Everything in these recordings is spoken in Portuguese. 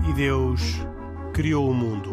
E Deus criou o mundo.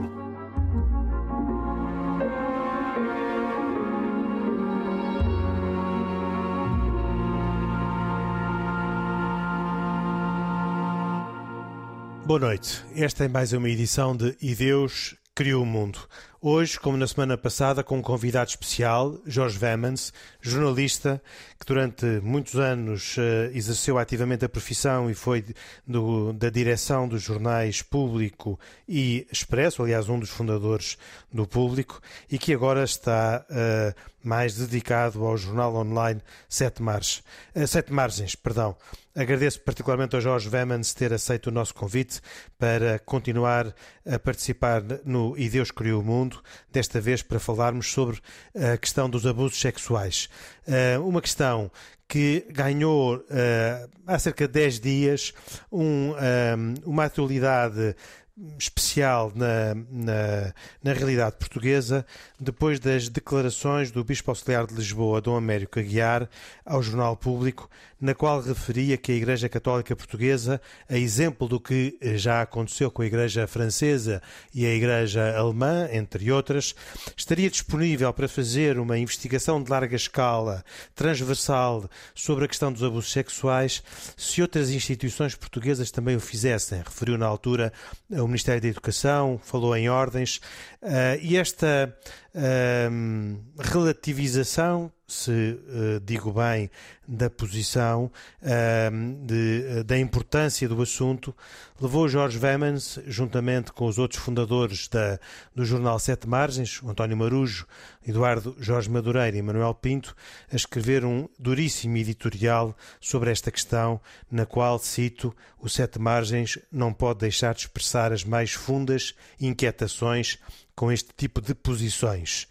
Boa noite. Esta é mais uma edição de E Deus criou o mundo. Hoje, como na semana passada, com um convidado especial, Jorge Vemans, jornalista que durante muitos anos exerceu ativamente a profissão e foi da direção dos jornais Público e Expresso, aliás, um dos fundadores do Público, e que agora está mais dedicado ao jornal online Sete Margens. Agradeço particularmente ao Jorge Vemans ter aceito o nosso convite para continuar a participar no E Deus Criou o Mundo, desta vez para falarmos sobre a questão dos abusos sexuais. Uma questão que ganhou há cerca de 10 dias uma atualidade especial na realidade portuguesa, depois das declarações do Bispo Auxiliar de Lisboa, Dom Américo Aguiar, ao Jornal Público, na qual referia que a Igreja Católica Portuguesa, a exemplo do que já aconteceu com a Igreja Francesa e a Igreja Alemã, entre outras, estaria disponível para fazer uma investigação de larga escala, transversal, sobre a questão dos abusos sexuais, se outras instituições portuguesas também o fizessem. Referiu na altura o Ministério da Educação, falou em ordens, e esta relativização, se digo bem, da posição, da importância do assunto, levou Jorge Vemans, juntamente com os outros fundadores do jornal Sete Margens, o António Marujo, Eduardo Jorge Madureira e Manuel Pinto, a escrever um duríssimo editorial sobre esta questão, na qual, cito, o Sete Margens não pode deixar de expressar as mais fundas inquietações com este tipo de posições,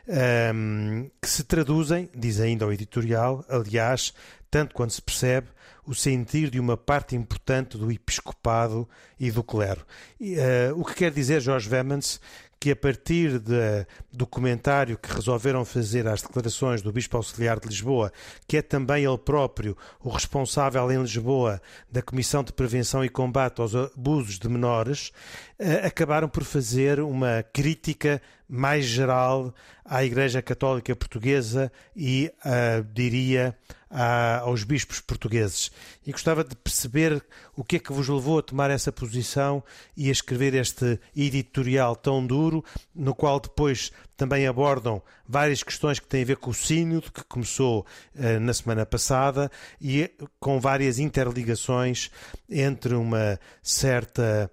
que se traduzem, diz ainda o editorial, aliás, tanto quanto se percebe, o sentir de uma parte importante do episcopado e do clero. O que quer dizer, Jorge Vemans, que a partir do comentário que resolveram fazer às declarações do Bispo Auxiliar de Lisboa, que é também ele próprio o responsável em Lisboa da Comissão de Prevenção e Combate aos Abusos de Menores, acabaram por fazer uma crítica mais geral à Igreja Católica Portuguesa e, diria, aos bispos portugueses. E gostava de perceber o que é que vos levou a tomar essa posição e a escrever este editorial tão duro, no qual depois também abordam várias questões que têm a ver com o sínodo, que começou na semana passada, e com várias interligações entre uma certa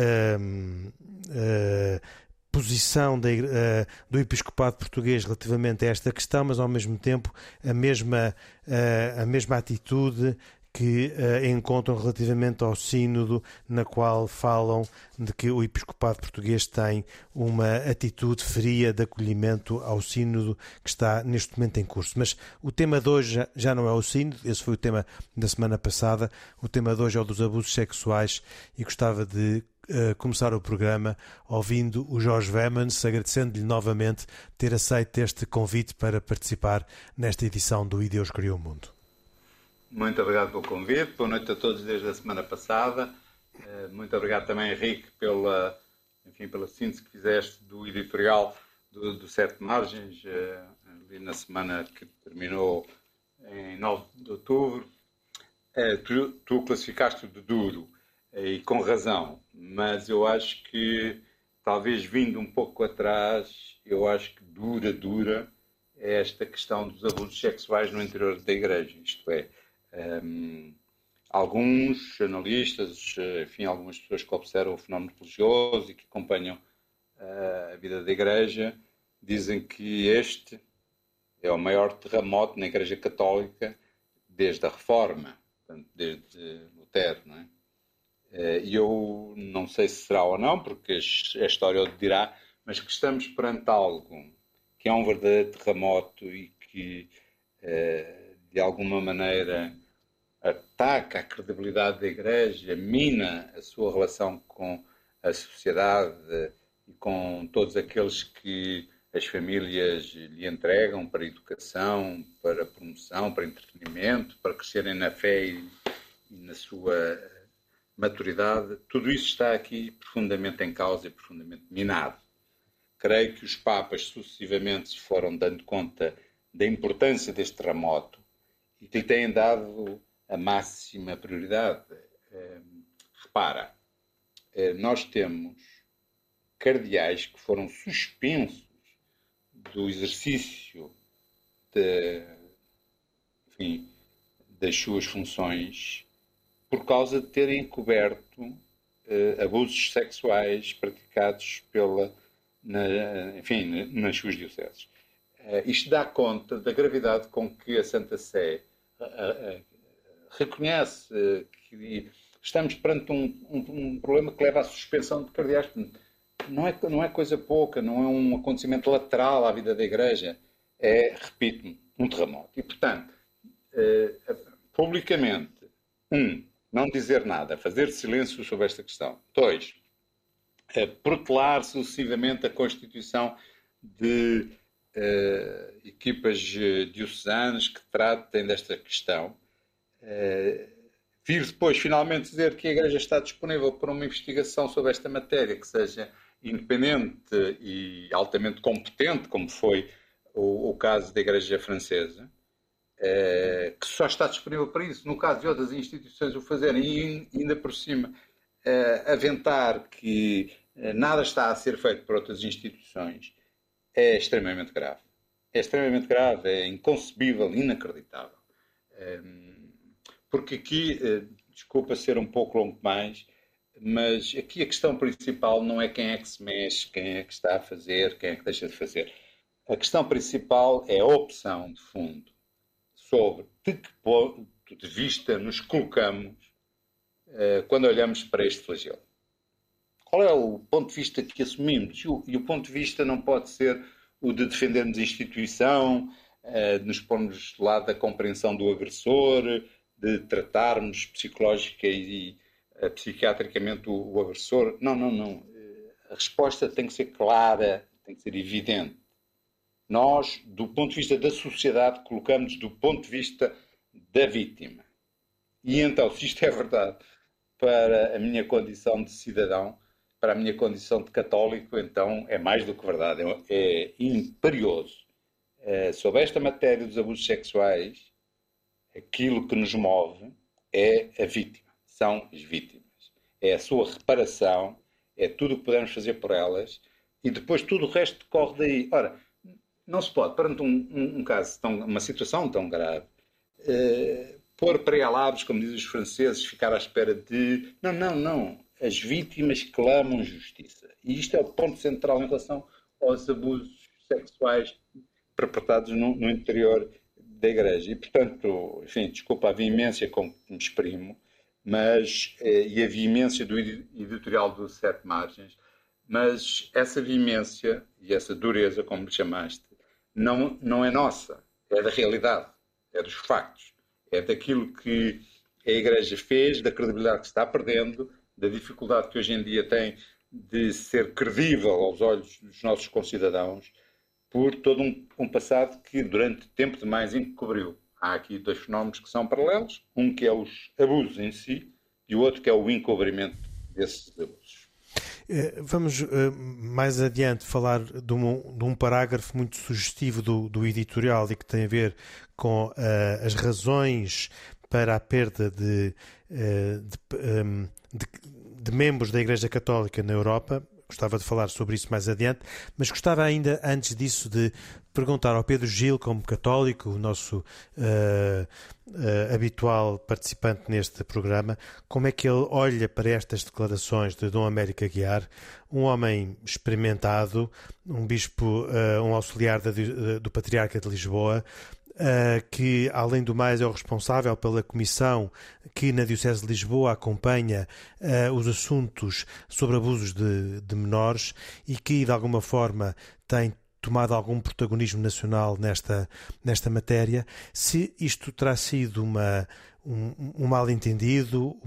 posição do episcopado português relativamente a esta questão, mas ao mesmo tempo a mesma atitude que encontram relativamente ao sínodo, na qual falam de que o episcopado português tem uma atitude fria de acolhimento ao sínodo que está neste momento em curso. Mas o tema de hoje já não é o sínodo, esse foi o tema da semana passada, o tema de hoje é o dos abusos sexuais, e gostava de começar o programa ouvindo o Jorge Vemans, agradecendo-lhe novamente ter aceito este convite para participar nesta edição do E Deus Criou o Mundo. Muito obrigado pelo convite, boa noite a todos desde a semana passada. Muito obrigado também, Henrique, pela síntese que fizeste do editorial do Sete Margens, ali na semana que terminou em 9 de outubro. Tu classificaste-o de duro, e com razão, mas eu acho que, talvez vindo um pouco atrás, eu acho que dura é esta questão dos abusos sexuais no interior da Igreja, isto é, alguns analistas, enfim, algumas pessoas que observam o fenómeno religioso e que acompanham a vida da Igreja, dizem que este é o maior terremoto na Igreja Católica desde a Reforma, portanto, desde Lutero, não é? E eu não sei se será ou não, porque a história o dirá, mas que estamos perante algo que é um verdadeiro terremoto e que, de alguma maneira, ataca a credibilidade da Igreja, mina a sua relação com a sociedade e com todos aqueles que as famílias lhe entregam para educação, para promoção, para entretenimento, para crescerem na fé e na sua maturidade, tudo isso está aqui profundamente em causa e profundamente minado. Creio que os Papas sucessivamente se foram dando conta da importância deste terremoto e que lhe têm dado a máxima prioridade. Repara, nós temos cardeais que foram suspensos do exercício das suas funções por causa de terem coberto abusos sexuais praticados nas suas dioceses. Isto dá conta da gravidade com que a Santa Sé reconhece que estamos perante um problema que leva à suspensão de cardeais. Não é coisa pouca, não é um acontecimento lateral à vida da Igreja, é, repito-me, um terremoto. E, portanto, publicamente, não dizer nada, fazer silêncio sobre esta questão. 2, protelar sucessivamente a constituição de equipas diocesanas que tratem desta questão. Vir depois, finalmente, dizer que a Igreja está disponível para uma investigação sobre esta matéria que seja independente e altamente competente, como foi o caso da Igreja Francesa, que só está disponível para isso. No caso de outras instituições o fazerem e ainda por cima aventar que nada está a ser feito por outras instituições, é extremamente grave. É extremamente grave, é inconcebível, inacreditável. Porque aqui, desculpa ser um pouco longo demais, mas aqui a questão principal não é quem é que se mexe, quem é que está a fazer, quem é que deixa de fazer. A questão principal é a opção de fundo sobre de que ponto de vista nos colocamos quando olhamos para este flagelo. Qual é o ponto de vista que assumimos? E o ponto de vista não pode ser o de defendermos a instituição, de nos pormos do lado da compreensão do agressor, de tratarmos psicológica e psiquiatricamente o agressor. Não. A resposta tem que ser clara, tem que ser evidente. Nós, do ponto de vista da sociedade, colocamos do ponto de vista da vítima. E então, se isto é verdade para a minha condição de cidadão, para a minha condição de católico, então é mais do que verdade. É imperioso. Sobre esta matéria dos abusos sexuais, aquilo que nos move é a vítima. São as vítimas. É a sua reparação, é tudo o que podemos fazer por elas e depois tudo o resto decorre daí. Ora, não se pode, perante um caso, uma situação tão grave, pôr pré-alabos, como dizem os franceses, ficar à espera de... Não. As vítimas clamam justiça. E isto é o ponto central em relação aos abusos sexuais perpetrados no interior da Igreja. E, portanto, enfim, desculpa a veemência com que me exprimo, e a veemência do editorial do Sete Margens, mas essa veemência e essa dureza, como lhe chamaste, não é nossa, é da realidade, é dos factos, é daquilo que a Igreja fez, da credibilidade que está perdendo, da dificuldade que hoje em dia tem de ser credível aos olhos dos nossos concidadãos, por todo um passado que durante tempo demais encobriu. Há aqui dois fenómenos que são paralelos, um que é os abusos em si e o outro que é o encobrimento desses abusos. Vamos mais adiante falar de um parágrafo muito sugestivo do editorial e que tem a ver com as razões para a perda de membros da Igreja Católica na Europa. Gostava de falar sobre isso mais adiante, mas gostava ainda, antes disso, de perguntar ao Pedro Gil, como católico, o nosso habitual participante neste programa, como é que ele olha para estas declarações de Dom Américo Aguiar, um homem experimentado, um bispo, um auxiliar do Patriarca de Lisboa, que, além do mais, é o responsável pela comissão que na Diocese de Lisboa acompanha os assuntos sobre abusos de menores e que, de alguma forma, tem tomado algum protagonismo nacional nesta matéria. Se isto terá sido um mal-entendido,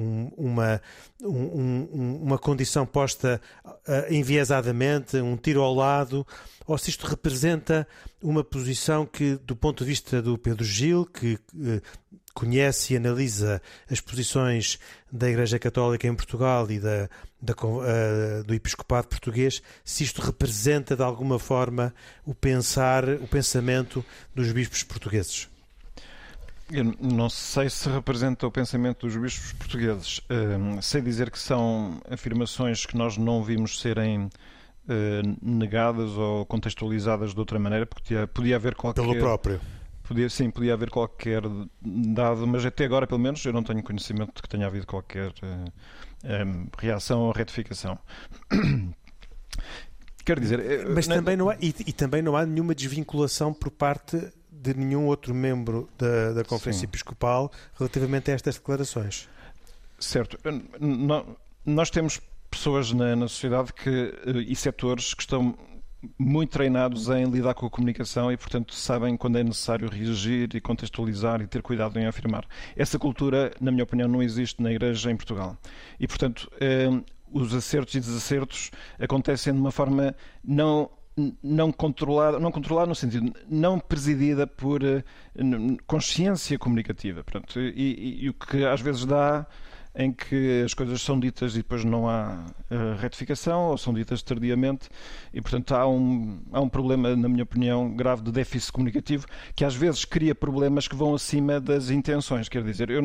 uma condição posta enviesadamente, um tiro ao lado, ou se isto representa uma posição que, do ponto de vista do Pedro Gil, que conhece e analisa as posições da Igreja Católica em Portugal e do Episcopado português, se isto representa de alguma forma o pensamento dos bispos portugueses. Eu não sei se representa o pensamento dos bispos portugueses. Sei dizer que são afirmações que nós não vimos serem negadas ou contextualizadas de outra maneira, porque podia haver qualquer... Pelo próprio. Podia haver qualquer dado, mas até agora, pelo menos, eu não tenho conhecimento de que tenha havido qualquer reação ou retificação. Quero dizer... Mas também não há, e também não há nenhuma desvinculação por parte de nenhum outro membro da Conferência Episcopal relativamente a estas declarações. Certo. Nós temos pessoas na sociedade e setores que estão muito treinados em lidar com a comunicação e, portanto, sabem quando é necessário reagir e contextualizar e ter cuidado em afirmar. Essa cultura, na minha opinião, não existe na Igreja em Portugal. E, portanto, os acertos e desacertos acontecem de uma forma não controlada no sentido não presidida por consciência comunicativa. Portanto, e o que às vezes dá em que as coisas são ditas e depois não há retificação ou são ditas tardiamente e, portanto, há um problema, na minha opinião, grave de déficit comunicativo que às vezes cria problemas que vão acima das intenções. Quer dizer, eu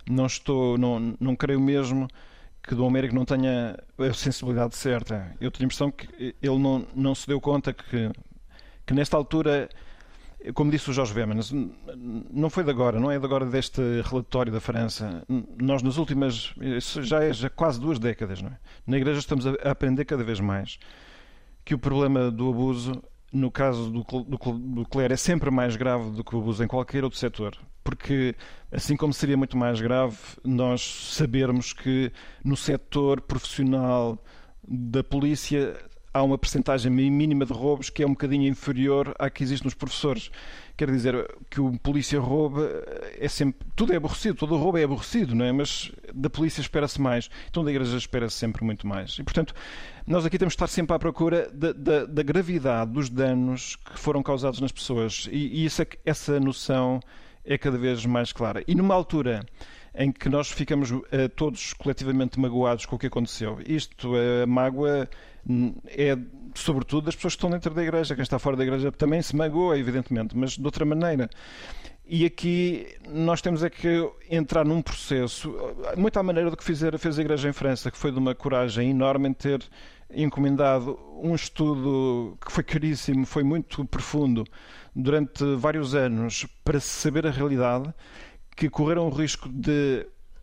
não creio mesmo que Dom Américo não tenha a sensibilidade certa. Eu tenho a impressão que ele não se deu conta que nesta altura, como disse o Jorge Vemans, não foi de agora, não é de agora deste relatório da França. Nós nas últimas, já quase 2 décadas, não é? Na Igreja estamos a aprender cada vez mais que o problema do abuso, no caso do clero, é sempre mais grave do que o abuso em qualquer outro setor. Porque, assim como seria muito mais grave nós sabermos que no setor profissional da polícia há uma percentagem mínima de roubos que é um bocadinho inferior à que existe nos professores. Quer dizer, que o polícia rouba é sempre... Tudo é aborrecido, todo o roubo é aborrecido, não é? Mas da polícia espera-se mais. Então da Igreja espera-se sempre muito mais. E, portanto, nós aqui temos de estar sempre à procura da gravidade dos danos que foram causados nas pessoas. E essa noção é cada vez mais clara. E numa altura em que nós ficamos todos coletivamente magoados com o que aconteceu, a mágoa é sobretudo das pessoas que estão dentro da Igreja. Quem está fora da Igreja também se magoa, evidentemente, mas de outra maneira. E aqui nós temos que entrar num processo, muito à maneira do que fez a Igreja em França, que foi de uma coragem enorme em ter encomendado um estudo que foi caríssimo, foi muito profundo, durante vários anos, para saber a realidade, que correram o risco de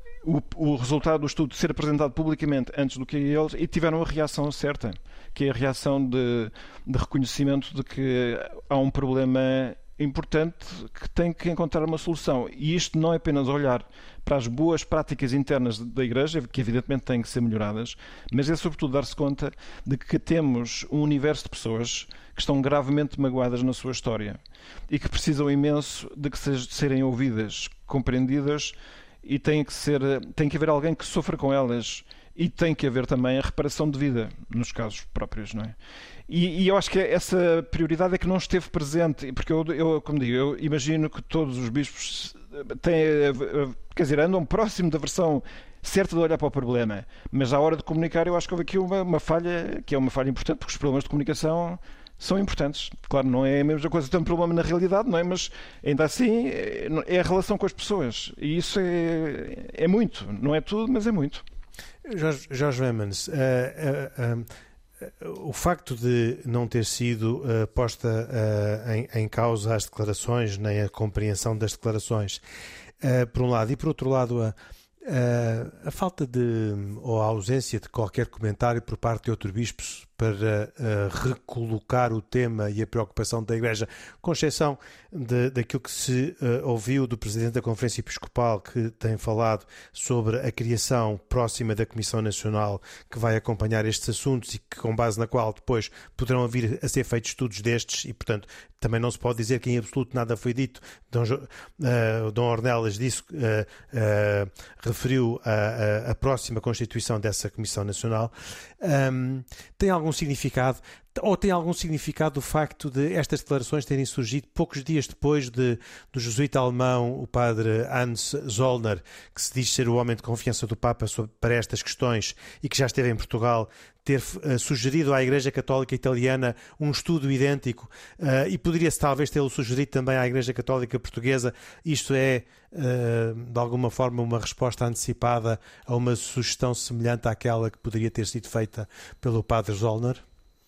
o resultado do estudo ser apresentado publicamente antes do que eles, e tiveram a reação certa, que é a reação de reconhecimento de que há um problema importante que tem que encontrar uma solução. E isto não é apenas olhar para as boas práticas internas da Igreja, que evidentemente têm que ser melhoradas, mas é sobretudo dar-se conta de que temos um universo de pessoas que estão gravemente magoadas na sua história e que precisam imenso de serem ouvidas, compreendidas, e tem que haver alguém que sofra com elas, e tem que haver também a reparação de vida nos casos próprios, não é? E eu acho que essa prioridade é que não esteve presente, porque como digo, eu imagino que todos os bispos andam próximo da versão certa de olhar para o problema, mas à hora de comunicar eu acho que houve aqui uma falha, que é uma falha importante, porque os problemas de comunicação são importantes. Claro, não é a mesma coisa, tem um problema na realidade, não é? Mas ainda assim é a relação com as pessoas, e isso é muito, não é tudo, mas é muito. Jorge Vemans, o facto de não ter sido posta em causa as declarações, nem a compreensão das declarações, por um lado, e por outro lado a falta ou a ausência de qualquer comentário por parte de outros bispos para recolocar o tema e a preocupação da Igreja, com exceção daquilo que se ouviu do Presidente da Conferência Episcopal, que tem falado sobre a criação próxima da Comissão Nacional que vai acompanhar estes assuntos e que, com base na qual depois poderão vir a ser feitos estudos destes, e portanto também não se pode dizer que em absoluto nada foi dito. Dom Ornelas referiu a próxima constituição dessa Comissão Nacional. Tem algum significado Ou tem algum significado o facto de estas declarações terem surgido poucos dias depois do jesuíta alemão, o padre Hans Zollner, que se diz ser o homem de confiança do Papa para estas questões e que já esteve em Portugal, ter sugerido à Igreja Católica Italiana um estudo idêntico e poderia-se talvez tê-lo sugerido também à Igreja Católica Portuguesa. Isto é, de alguma forma, uma resposta antecipada a uma sugestão semelhante àquela que poderia ter sido feita pelo padre Zollner?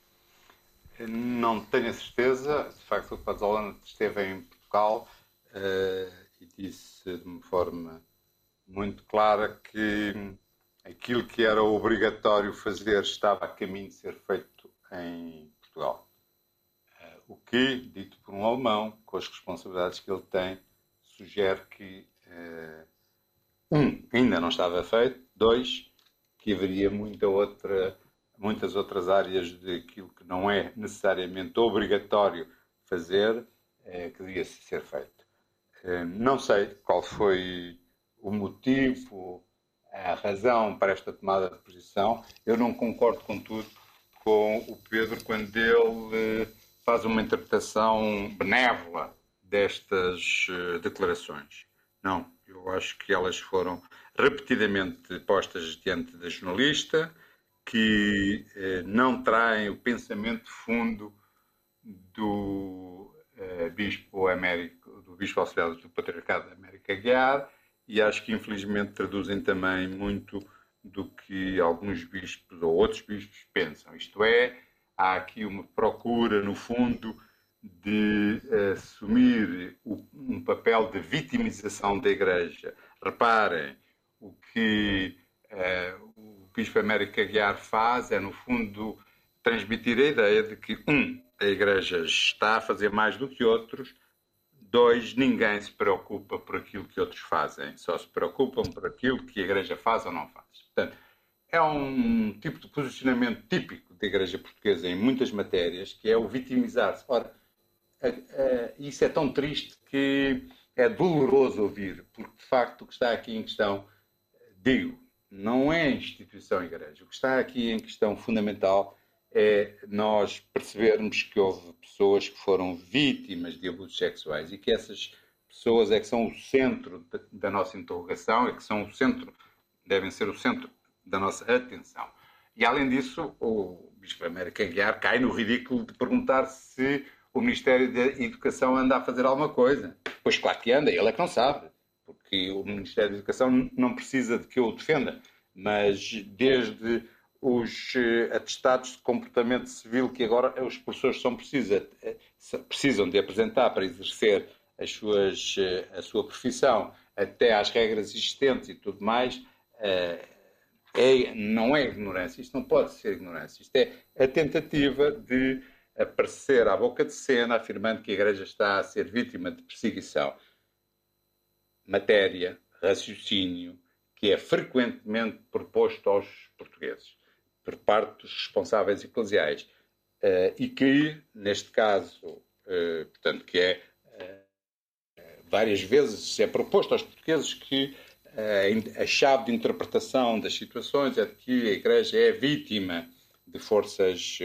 Não tenho a certeza. De facto, o padre Zollner esteve em Portugal e disse de uma forma muito clara que aquilo que era obrigatório fazer estava a caminho de ser feito em Portugal. O que, dito por um alemão, com as responsabilidades que ele tem, sugere que, ainda não estava feito, 2, que haveria muitas outras áreas daquilo que não é necessariamente obrigatório fazer, que devia ser feito. Não sei qual foi o motivo, a razão para esta tomada de posição. Eu não concordo, contudo, com o Pedro quando ele faz uma interpretação benévola destas declarações. Não, eu acho que elas foram repetidamente postas diante da jornalista, que não traem o pensamento de fundo do Bispo Auxiliar do Patriarcado da América Aguiar, e acho que infelizmente traduzem também muito do que alguns bispos ou outros bispos pensam. Isto é, há aqui uma procura, no fundo, de assumir um papel de vitimização da Igreja. Reparem, o que o Bispo Américo Aguiar faz é, no fundo, transmitir a ideia de que, a Igreja está a fazer mais do que outros, 2, ninguém se preocupa por aquilo que outros fazem, só se preocupam por aquilo que a Igreja faz ou não faz. Portanto, é um tipo de posicionamento típico da Igreja Portuguesa em muitas matérias, que é o vitimizar-se. Ora, isso é tão triste que é doloroso ouvir, porque, de facto, o que está aqui em questão, digo, não é a instituição Igreja. O que está aqui em questão fundamental é nós percebermos que houve pessoas que foram vítimas de abusos sexuais e que essas pessoas é que são o centro da nossa interrogação, devem ser o centro da nossa atenção. E, além disso, o Bispo Américo Aguiar cai no ridículo de perguntar se o Ministério da Educação anda a fazer alguma coisa. Pois claro que anda, ele é que não sabe, porque o Ministério da Educação não precisa de que eu o defenda, mas desde os atestados de comportamento civil que agora os professores precisam de apresentar para exercer a sua profissão, até às regras existentes e tudo mais, não é ignorância, isto não pode ser ignorância, isto é a tentativa de aparecer à boca de cena afirmando que a Igreja está a ser vítima de perseguição. Matéria, raciocínio, que é frequentemente proposto aos portugueses por parte dos responsáveis eclesiais e que, neste caso, portanto, que é várias vezes é proposto aos portugueses que a chave de interpretação das situações é de que a Igreja é vítima de forças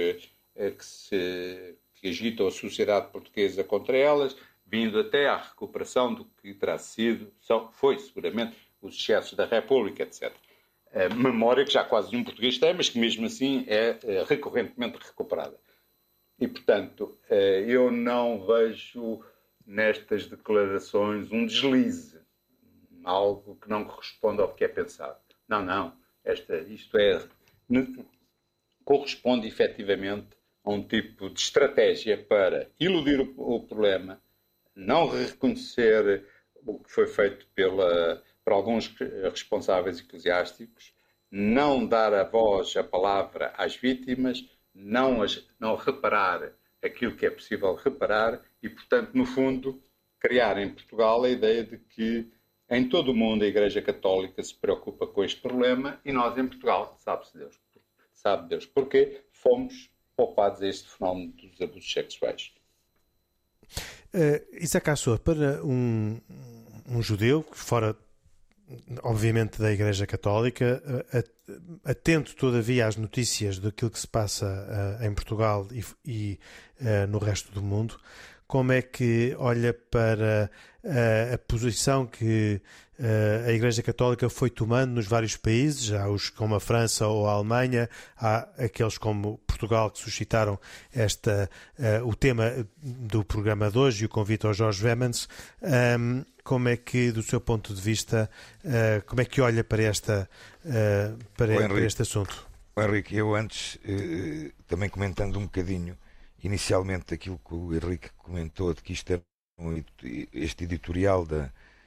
que agitam a sociedade portuguesa contra elas, vindo até à recuperação do que terá sido, foi seguramente os excessos da República, etc. Memória que já quase nenhum português tem, mas que mesmo assim é recorrentemente recuperada. E, portanto, eu não vejo nestas declarações um deslize, algo que não corresponde ao que é pensado. Não. Isto corresponde efetivamente a um tipo de estratégia para iludir o problema, não reconhecer o que foi feito por alguns responsáveis eclesiásticos, não dar a voz, a palavra às vítimas, não reparar aquilo que é possível reparar e, portanto, no fundo, criar em Portugal a ideia de que em todo o mundo a Igreja Católica se preocupa com este problema e nós em Portugal, sabe Deus porquê, fomos poupados a este fenómeno dos abusos sexuais. Isaac Assor, para um judeu, fora obviamente da Igreja Católica, atento todavia às notícias daquilo que se passa em Portugal e no resto do mundo, como é que olha para a posição que a Igreja Católica foi tomando nos vários países, há os como a França ou a Alemanha, há aqueles como Portugal que suscitaram o tema do programa de hoje e o convite ao Jorge Vemans. Como é que, do seu ponto de vista, como é que olha para para este assunto? Henrique, eu antes, também comentando um bocadinho, inicialmente aquilo que o Henrique comentou, de que isto era este editorial de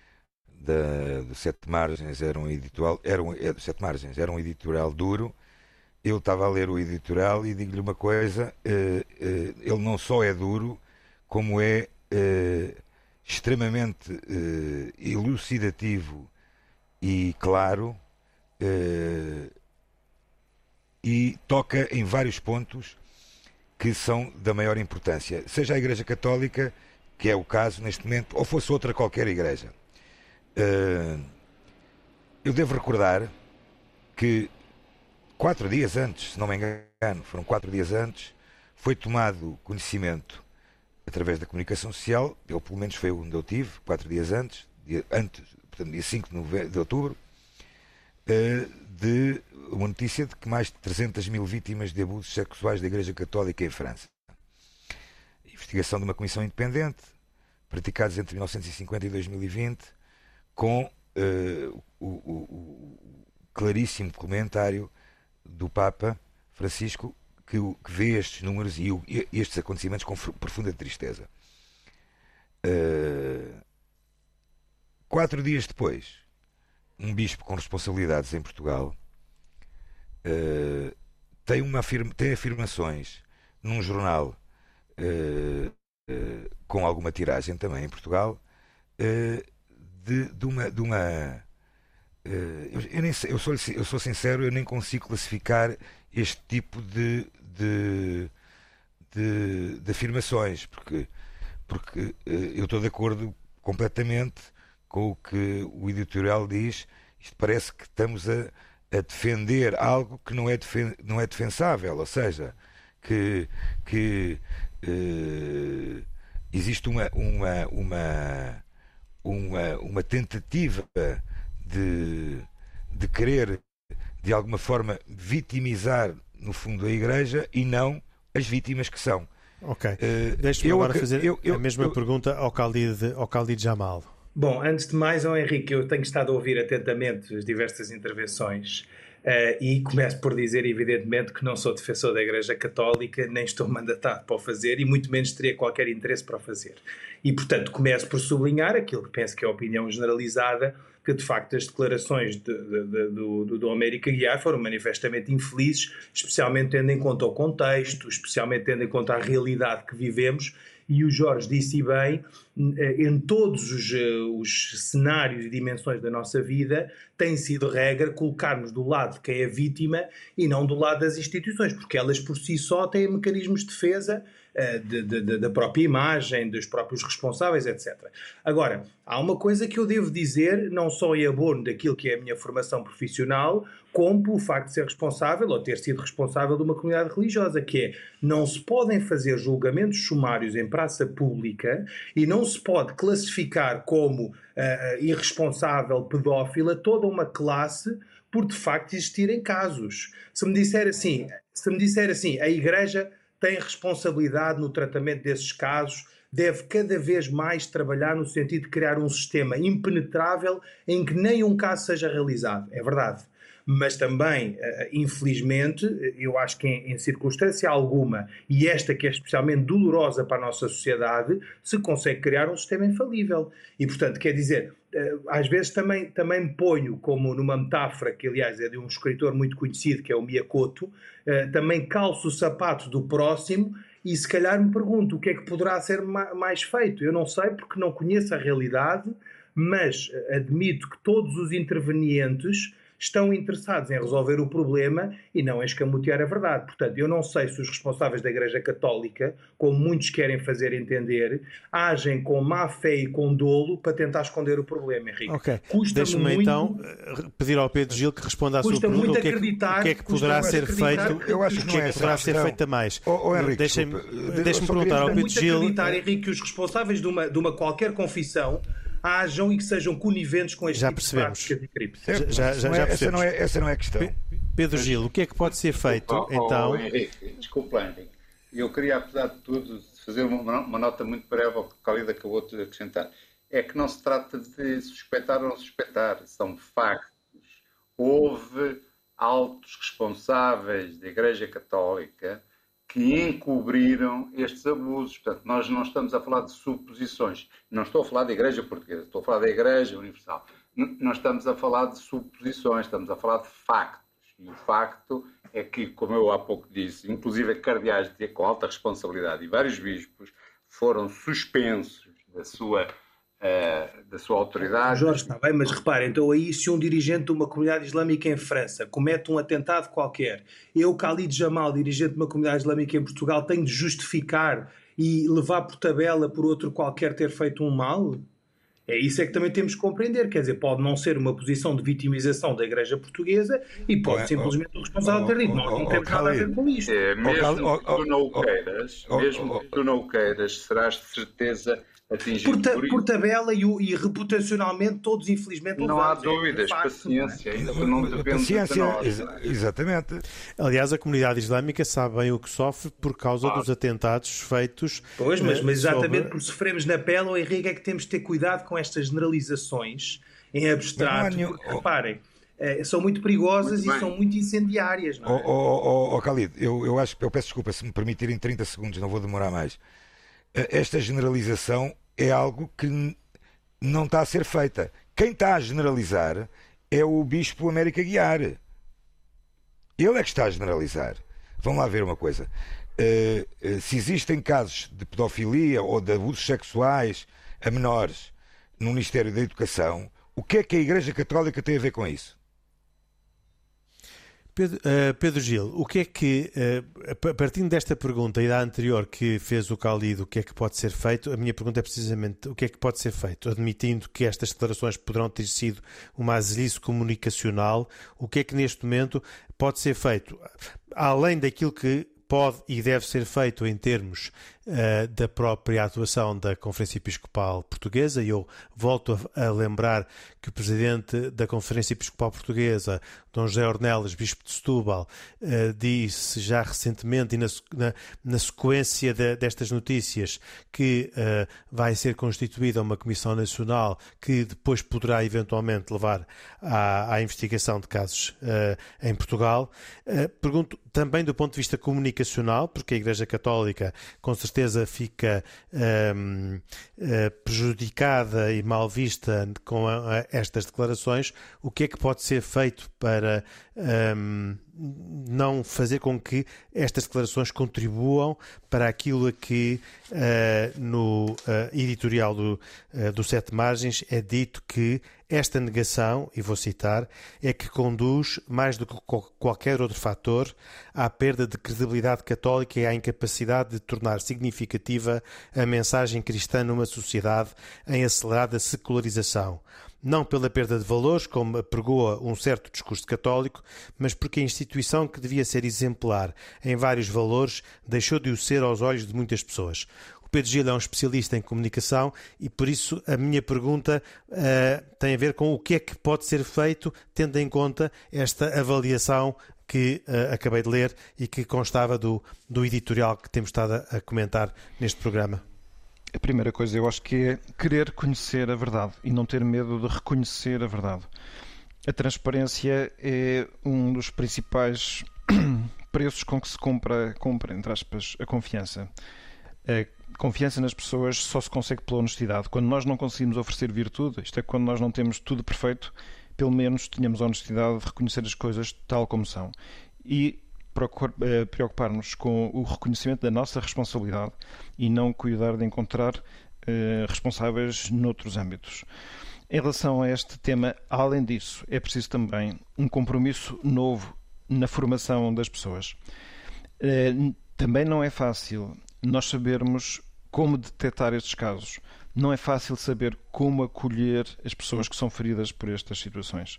Sete Margens era um editorial duro. Eu estava a ler o editorial e digo-lhe uma coisa, ele não só é duro, como é extremamente elucidativo e claro, e toca em vários pontos que são da maior importância, seja a Igreja Católica, que é o caso neste momento, ou fosse outra qualquer igreja. Eu devo recordar que 4 dias antes, se não me engano, foram 4 dias antes, foi tomado conhecimento através da comunicação social, ou pelo menos foi onde eu tive, 4 dias antes, portanto, dia 5 de outubro, de uma notícia de que mais de 300 mil vítimas de abusos sexuais da Igreja Católica em França. Investigação de uma comissão independente, praticados entre 1950 e 2020, com o claríssimo comentário do Papa Francisco, que vê estes números e estes acontecimentos com profunda tristeza. 4 dias depois, um bispo com responsabilidades em Portugal tem afirmações num jornal com alguma tiragem também em Portugal, de uma eu nem sei, eu sou sincero, eu nem consigo classificar este tipo de afirmações, porque eu estou de acordo completamente com o que o editorial diz. Isto parece que estamos a defender algo que não é defensável, ou seja, que existe uma tentativa de querer, de alguma forma, vitimizar, no fundo, a Igreja e não as vítimas que são. Ok. Deixe-me agora fazer a mesma pergunta ao Khalid Jamal. Bom, antes de mais, Henrique, eu tenho estado a ouvir atentamente as diversas intervenções e começo por dizer, evidentemente, que não sou defensor da Igreja Católica, nem estou mandatado para o fazer e muito menos teria qualquer interesse para o fazer. E, portanto, começo por sublinhar aquilo que penso que é a opinião generalizada, que, de facto, as declarações do América Guiar foram manifestamente infelizes, especialmente tendo em conta o contexto, especialmente tendo em conta a realidade que vivemos. E o Jorge disse bem, em todos os cenários e dimensões da nossa vida, tem sido regra colocarmos do lado de quem é vítima e não do lado das instituições, porque elas por si só têm mecanismos de defesa da própria imagem, dos próprios responsáveis, etc. Agora, há uma coisa que eu devo dizer, não só em abono daquilo que é a minha formação profissional, como pelo facto de ser responsável, ou ter sido responsável de uma comunidade religiosa, que é, não se podem fazer julgamentos sumários em praça pública e não se pode classificar como irresponsável, pedófila, toda uma classe por de facto existirem casos. Se me disser assim, a Igreja tem responsabilidade no tratamento desses casos, deve cada vez mais trabalhar no sentido de criar um sistema impenetrável em que nem um caso seja realizado. É verdade. Mas também, infelizmente, eu acho que em circunstância alguma, e esta que é especialmente dolorosa para a nossa sociedade, se consegue criar um sistema infalível. E, portanto, quer dizer, às vezes também me ponho como numa metáfora, que aliás é de um escritor muito conhecido, que é o Miyakoto, também calço o sapato do próximo e se calhar me pergunto o que é que poderá ser mais feito. Eu não sei porque não conheço a realidade, mas admito que todos os intervenientes estão interessados em resolver o problema e não em escamotear a verdade. Portanto, eu não sei se os responsáveis da Igreja Católica, como muitos querem fazer entender, agem com má fé e com dolo para tentar esconder o problema, Henrique. Ok, deixa-me então pedir ao Pedro Gil que responda à sua pergunta. O que é que poderá ser feito? Eu acho que não é poderá ser feito a mais. Henrique, deixa-me perguntar ao Pedro Gil. Henrique, que os responsáveis de uma qualquer confissão hajam e que sejam coniventes com este tipo de práticas de cripto. Já percebemos. Essa não é a questão. Pedro Gil, o que é que pode ser feito, então? Henrique, desculpa, Henrique. Eu queria, apesar de tudo, fazer uma nota muito breve ao que o Khalid acabou de acrescentar. É que não se trata de suspeitar ou não suspeitar, são factos. Houve altos responsáveis da Igreja Católica que encobriram estes abusos. Portanto, nós não estamos a falar de suposições. Não estou a falar da Igreja Portuguesa, estou a falar da Igreja Universal. Não estamos a falar de suposições, estamos a falar de factos. E o facto é que, como eu há pouco disse, inclusive cardeais com alta responsabilidade e vários bispos foram suspensos da sua autoridade. Jorge, está bem, mas reparem, então aí se um dirigente de uma comunidade islâmica em França comete um atentado qualquer, eu, Khalid Jamal, dirigente de uma comunidade islâmica em Portugal, tenho de justificar e levar por tabela por outro qualquer ter feito um mal? É isso é que também temos que compreender, quer dizer, pode não ser uma posição de vitimização da Igreja Portuguesa e pode simplesmente o responsável ter dito, nós não temos nada a ver com isto. Mesmo que tu não o queiras, serás de certeza atingido por tabela e reputacionalmente todos infelizmente não há dúvidas, paciência, isso não depende de nós. Exatamente. Aliás, a comunidade islâmica sabe bem o que sofre por causa dos atentados feitos. Pois, mas exatamente por sofrermos na pele, o Henrique, é que temos de ter cuidado com estas generalizações em abstrato, porque reparem, são muito perigosas e são muito incendiárias. Não é? Khalid, eu peço desculpa, se me permitirem 30 segundos, não vou demorar mais. Esta generalização é algo que não está a ser feita. Quem está a generalizar é o Bispo América Guiar. Ele é que está a generalizar. Vamos lá ver uma coisa. Se existem casos de pedofilia ou de abusos sexuais a menores no Ministério da Educação, o que é que a Igreja Católica tem a ver com isso? Pedro Gil, o que é que, partindo desta pergunta e da anterior que fez o Khalid, o que é que pode ser feito? A minha pergunta é precisamente o que é que pode ser feito, admitindo que estas declarações poderão ter sido uma azelice comunicacional, o que é que neste momento pode ser feito? Além daquilo que pode e deve ser feito em termos da própria atuação da Conferência Episcopal Portuguesa, e eu volto a lembrar que o Presidente da Conferência Episcopal Portuguesa, Dom José Ornelas, Bispo de Setúbal, disse já recentemente e na sequência destas notícias que vai ser constituída uma Comissão Nacional que depois poderá eventualmente levar à investigação de casos em Portugal. Pergunto também do ponto de vista comunicacional, porque a Igreja Católica com certeza fica prejudicada e mal vista com estas declarações, o que é que pode ser feito para não fazer com que estas declarações contribuam para aquilo a que no editorial do Sete Margens é dito que esta negação, e vou citar, é que conduz, mais do que qualquer outro fator, à perda de credibilidade católica e à incapacidade de tornar significativa a mensagem cristã numa sociedade em acelerada secularização. Não pela perda de valores, como apregoa um certo discurso católico, mas porque a instituição que devia ser exemplar em vários valores deixou de o ser aos olhos de muitas pessoas. O Pedro Gil é um especialista em comunicação e, por isso, a minha pergunta tem a ver com o que é que pode ser feito, tendo em conta esta avaliação que acabei de ler e que constava do editorial que temos estado a comentar neste programa. A primeira coisa, eu acho que é querer conhecer a verdade e não ter medo de reconhecer a verdade. A transparência é um dos principais preços com que se compra, entre aspas, a confiança. A confiança nas pessoas só se consegue pela honestidade. Quando nós não conseguimos oferecer virtude, isto é, quando nós não temos tudo perfeito, pelo menos tenhamos a honestidade de reconhecer as coisas tal como são. E preocupar-nos com o reconhecimento da nossa responsabilidade e não cuidar de encontrar responsáveis noutros âmbitos. Em relação a este tema, além disso, é preciso também um compromisso novo na formação das pessoas. Também não é fácil nós sabermos como detectar estes casos. Não é fácil saber como acolher as pessoas que são feridas por estas situações.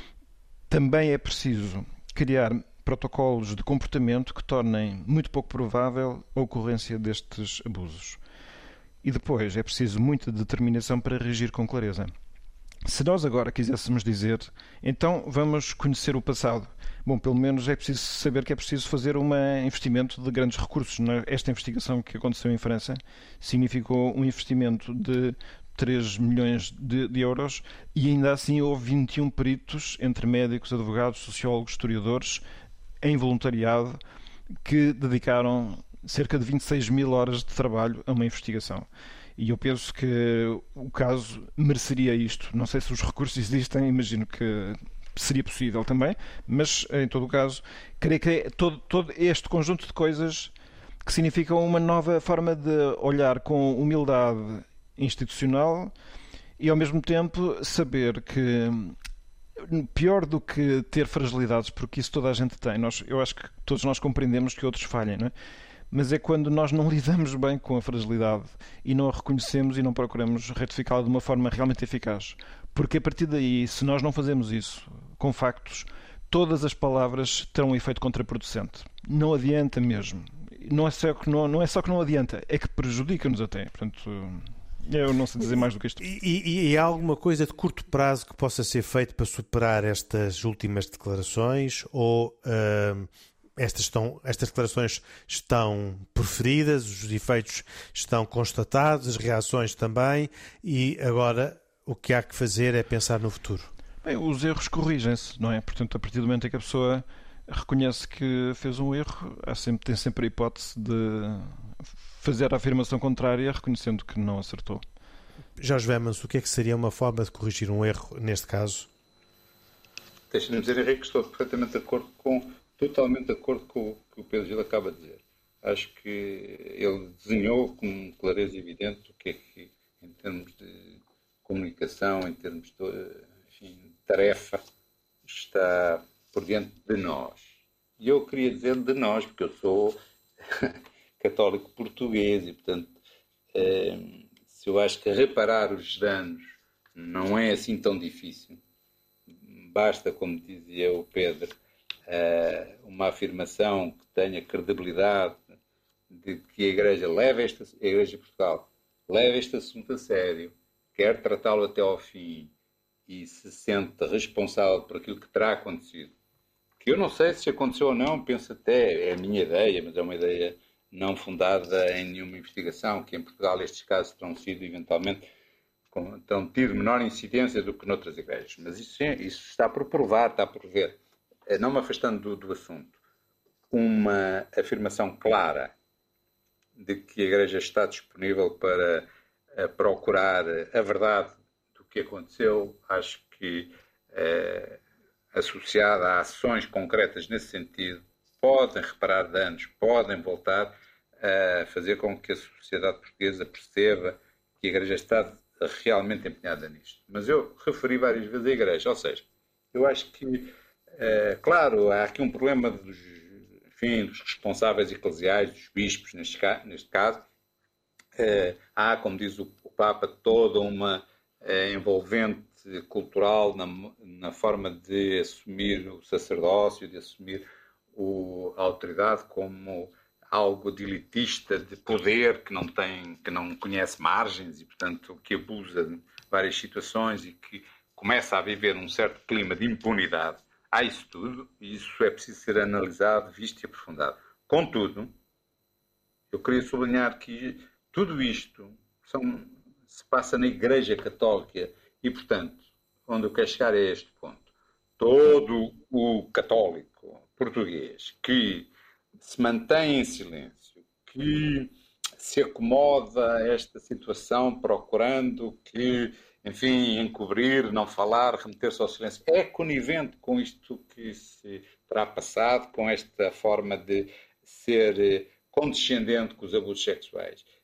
Também é preciso criar protocolos de comportamento que tornem muito pouco provável a ocorrência destes abusos. E depois é preciso muita determinação para reagir com clareza. Se nós agora quiséssemos dizer, então vamos conhecer o passado. Bom, pelo menos é preciso saber que é preciso fazer um investimento de grandes recursos. Esta investigação que aconteceu em França significou um investimento de 3 milhões de euros e ainda assim houve 21 peritos, entre médicos, advogados, sociólogos, historiadores, em voluntariado, que dedicaram cerca de 26 mil horas de trabalho a uma investigação. E eu penso que o caso mereceria isto. Não sei se os recursos existem, imagino que seria possível também, mas em todo o caso, creio que é todo este conjunto de coisas que significam uma nova forma de olhar com humildade institucional e ao mesmo tempo saber que pior do que ter fragilidades, porque isso toda a gente tem, eu acho que todos nós compreendemos que outros falhem, não é? Mas é quando nós não lidamos bem com a fragilidade e não a reconhecemos e não procuramos retificá-la de uma forma realmente eficaz. Porque a partir daí, se nós não fazemos isso com factos, todas as palavras terão um efeito contraproducente. Não adianta mesmo. Não é só que não adianta, é que prejudica-nos até. Portanto, eu não sei dizer mais do que isto. E há alguma coisa de curto prazo que possa ser feito para superar estas últimas declarações? Ou estas declarações estão proferidas, os efeitos estão constatados, as reações também, e agora o que há que fazer é pensar no futuro? Bem, os erros corrigem-se, não é? Portanto, a partir do momento em que a pessoa reconhece que fez um erro, tem sempre a hipótese de fazer a afirmação contrária, reconhecendo que não acertou. Jorge Vemans, o que é que seria uma forma de corrigir um erro neste caso? Deixa-me dizer, Henrique, que estou totalmente de acordo com o que o Pedro Gil acaba de dizer. Acho que ele desenhou com clareza evidente o que é que, em termos de comunicação, em termos de tarefa, está por diante de nós. E eu queria dizer de nós, porque eu sou católico português e, portanto, se eu acho que reparar os danos não é assim tão difícil, basta, como dizia o Pedro, uma afirmação que tenha credibilidade de que a Igreja de Portugal leva este assunto a sério, quer tratá-lo até ao fim e se sente responsável por aquilo que terá acontecido. Que eu não sei se aconteceu ou não, penso até, é a minha ideia, mas é uma ideia não fundada em nenhuma investigação, que em Portugal estes casos terão sido eventualmente, terão tido menor incidência do que noutras igrejas. Mas isso está por provar, está por ver. Não me afastando do assunto, uma afirmação clara de que a Igreja está disponível para procurar a verdade do que aconteceu, acho que associada a ações concretas nesse sentido, podem reparar danos, podem voltar a fazer com que a sociedade portuguesa perceba que a Igreja está realmente empenhada nisto. Mas eu referi várias vezes a Igreja, ou seja, eu acho que claro, há aqui um problema dos responsáveis eclesiais, dos bispos, neste caso. Há, como diz o Papa, toda uma envolvente cultural na forma de assumir o sacerdócio, de assumir a autoridade como algo de elitista, de poder, que não conhece margens e, portanto, que abusa de várias situações e que começa a viver um certo clima de impunidade. Há isso tudo, e isso é preciso ser analisado, visto e aprofundado. Contudo, eu queria sublinhar que tudo isto se passa na Igreja Católica e, portanto, onde eu quero chegar é este ponto. Todo o católico português que se mantém em silêncio, que se acomoda a esta situação procurando que, enfim, encobrir, não falar, remeter-se ao silêncio, é conivente com isto que se terá passado, com esta forma de ser condescendente com os abusos sexuais.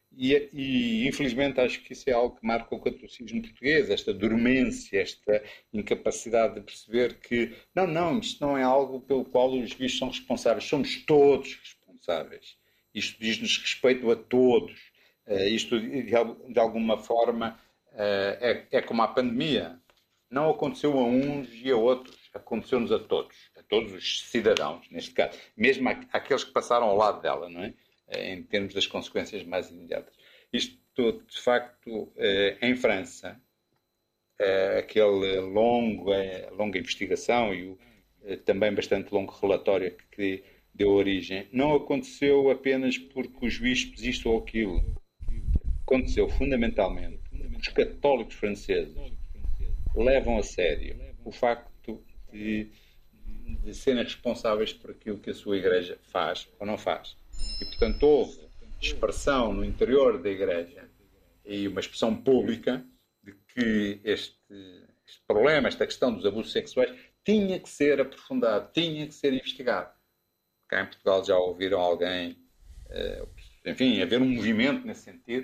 E infelizmente acho que isso é algo que marca o catolicismo português, esta dormência, esta incapacidade de perceber que isto não é algo pelo qual os bichos são responsáveis, somos todos responsáveis. Isto diz-nos respeito a todos. Isto, de alguma forma, é como a pandemia. Não aconteceu a uns e a outros, aconteceu-nos a todos os cidadãos, neste caso, mesmo àqueles que passaram ao lado dela, não é? Em termos das consequências mais imediatas. Isto, de facto, em França, aquele longa investigação e o também bastante longo relatório que deu origem, não aconteceu apenas porque os bispos isto ou aquilo. Aconteceu fundamentalmente porque os católicos franceses levam a sério o facto de serem responsáveis por aquilo que a sua Igreja faz ou não faz. E, portanto, houve expressão no interior da Igreja e uma expressão pública de que este problema, esta questão dos abusos sexuais, tinha que ser aprofundado, tinha que ser investigado. Cá em Portugal já ouviram alguém, enfim, haver um movimento nesse sentido?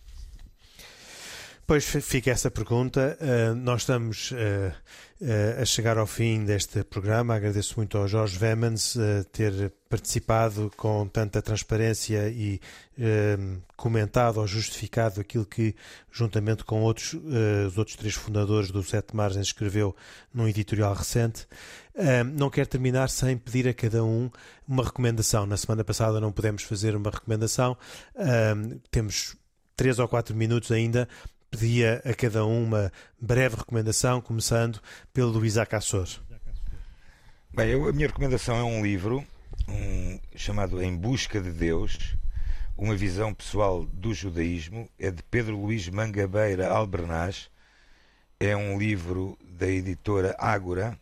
Pois fica essa pergunta. Nós estamos a chegar ao fim deste programa. Agradeço muito ao Jorge Vemans ter participado com tanta transparência e comentado ou justificado aquilo que, juntamente com os outros 3 fundadores do Sete Margens, escreveu num editorial recente. Não quero terminar sem pedir a cada um uma recomendação. Na semana passada não pudemos fazer uma recomendação. Temos 3 ou 4 minutos ainda. Pedia a cada um uma breve recomendação, começando pelo Luís Acassor. Bem, a minha recomendação é um livro chamado Em Busca de Deus, uma visão pessoal do judaísmo. É de Pedro Luís Mangabeira Albernaz. É um livro da editora Ágora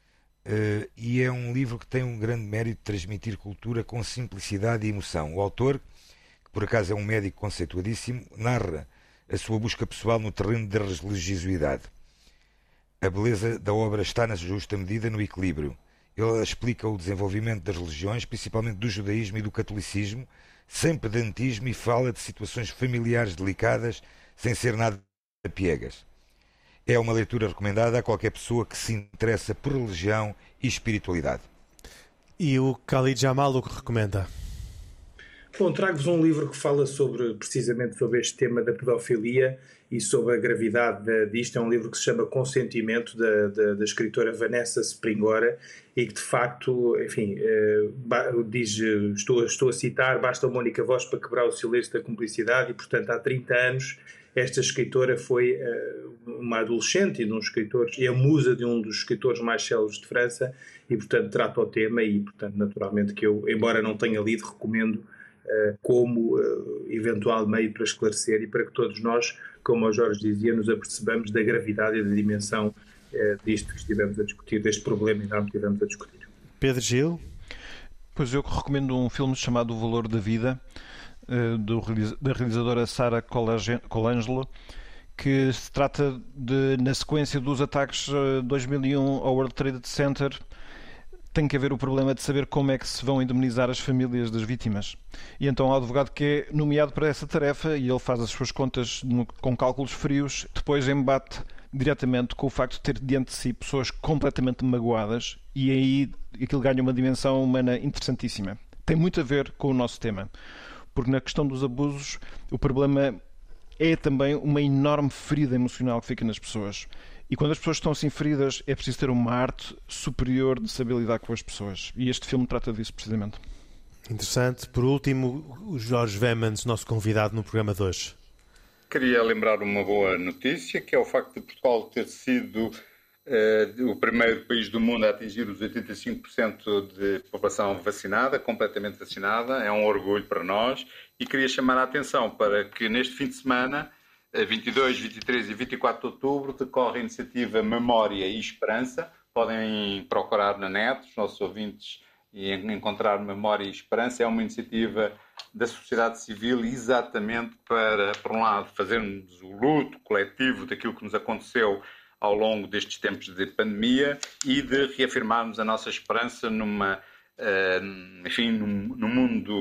e é um livro que tem um grande mérito de transmitir cultura com simplicidade e emoção. O autor, que por acaso é um médico conceituadíssimo, narra a sua busca pessoal no terreno da religiosidade. A beleza da obra está na justa medida, no equilíbrio. Ele explica o desenvolvimento das religiões, principalmente do judaísmo e do catolicismo, sem pedantismo, e fala de situações familiares delicadas, sem ser nada piegas. É uma leitura recomendada a qualquer pessoa que se interessa por religião e espiritualidade. E o Khalid Jamal, o que recomenda? Bom, trago-vos um livro que fala precisamente sobre este tema da pedofilia e sobre a gravidade disto. É um livro que se chama Consentimento, da escritora Vanessa Springora, e que de facto, enfim, diz, estou a citar, basta uma única voz para quebrar o silêncio da cumplicidade, e portanto há 30 anos esta escritora foi uma adolescente e de um escritor, e a musa de um dos escritores mais célebres de França, e portanto trata o tema, e portanto naturalmente que eu, embora não tenha lido, recomendo como eventual meio para esclarecer e para que todos nós, como o Jorge dizia, nos apercebamos da gravidade e da dimensão disto que estivemos a discutir, deste problema enorme que estivemos a discutir. Pedro Gil? Pois eu recomendo um filme chamado O Valor da Vida, da realizadora Sarah Colangelo, que se trata de, na sequência dos ataques de 2001 ao World Trade Center, tem que haver o problema de saber como é que se vão indemnizar as famílias das vítimas. E então há um advogado que é nomeado para essa tarefa e ele faz as suas contas com cálculos frios, depois embate diretamente com o facto de ter diante de si pessoas completamente magoadas, e aí aquilo ganha uma dimensão humana interessantíssima. Tem muito a ver com o nosso tema, porque na questão dos abusos o problema é também uma enorme ferida emocional que fica nas pessoas. E quando as pessoas estão assim feridas, é preciso ter uma arte superior de saber lidar com as pessoas. E este filme trata disso precisamente. Interessante. Por último, o Jorge Vemans, nosso convidado no programa de hoje. Queria lembrar uma boa notícia, que é o facto de Portugal ter sido o primeiro país do mundo a atingir os 85% de população vacinada, completamente vacinada. É um orgulho para nós. E queria chamar a atenção para que neste fim de semana, 22, 23 e 24 de outubro, decorre a iniciativa Memória e Esperança. Podem procurar na net, os nossos ouvintes, e encontrar Memória e Esperança. É uma iniciativa da sociedade civil exatamente para, por um lado, fazermos o luto coletivo daquilo que nos aconteceu ao longo destes tempos de pandemia e de reafirmarmos a nossa esperança num mundo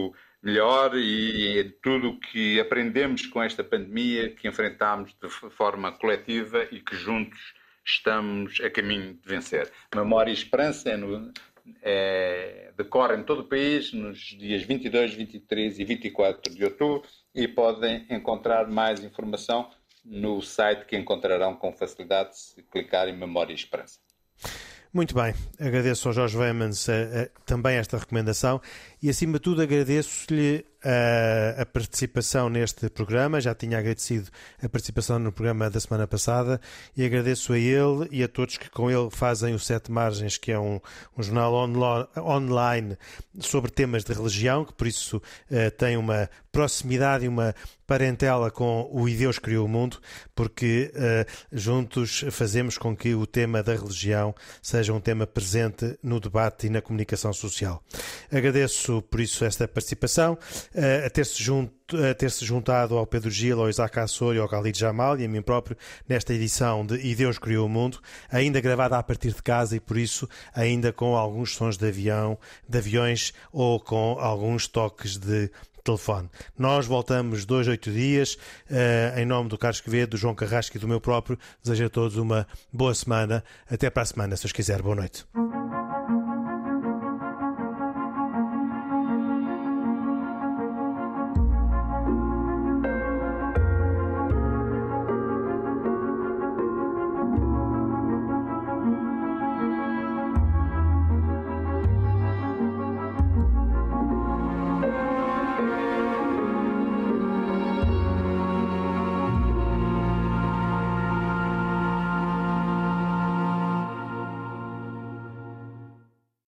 melhor e tudo o que aprendemos com esta pandemia, que enfrentámos de forma coletiva e que juntos estamos a caminho de vencer. Memória e Esperança decorre em todo o país nos dias 22, 23 e 24 de outubro e podem encontrar mais informação no site que encontrarão com facilidade se clicarem em Memória e Esperança. Muito bem, agradeço ao Jorge Vemans também esta recomendação e, acima de tudo, agradeço-lhe a participação neste programa. Já tinha agradecido a participação no programa da semana passada e agradeço a ele e a todos que com ele fazem o Sete Margens, que é um jornal online sobre temas de religião, que por isso tem uma proximidade e uma parentela com o E Deus Criou o Mundo, porque juntos fazemos com que o tema da religião seja um tema presente no debate e na comunicação social. Agradeço por isso esta participação, a ter-se juntado ao Pedro Gil, ao Isaac Assor e ao Khalid Jamal e a mim próprio nesta edição de E Deus Criou o Mundo, ainda gravada a partir de casa e por isso ainda com alguns sons de aviões ou com alguns toques de telefone. Nós voltamos 2 a 8 dias. Em nome do Carlos Quevedo, do João Carrasco e do meu próprio, desejo a todos uma boa semana. Até para a semana, se os quiser. Boa noite.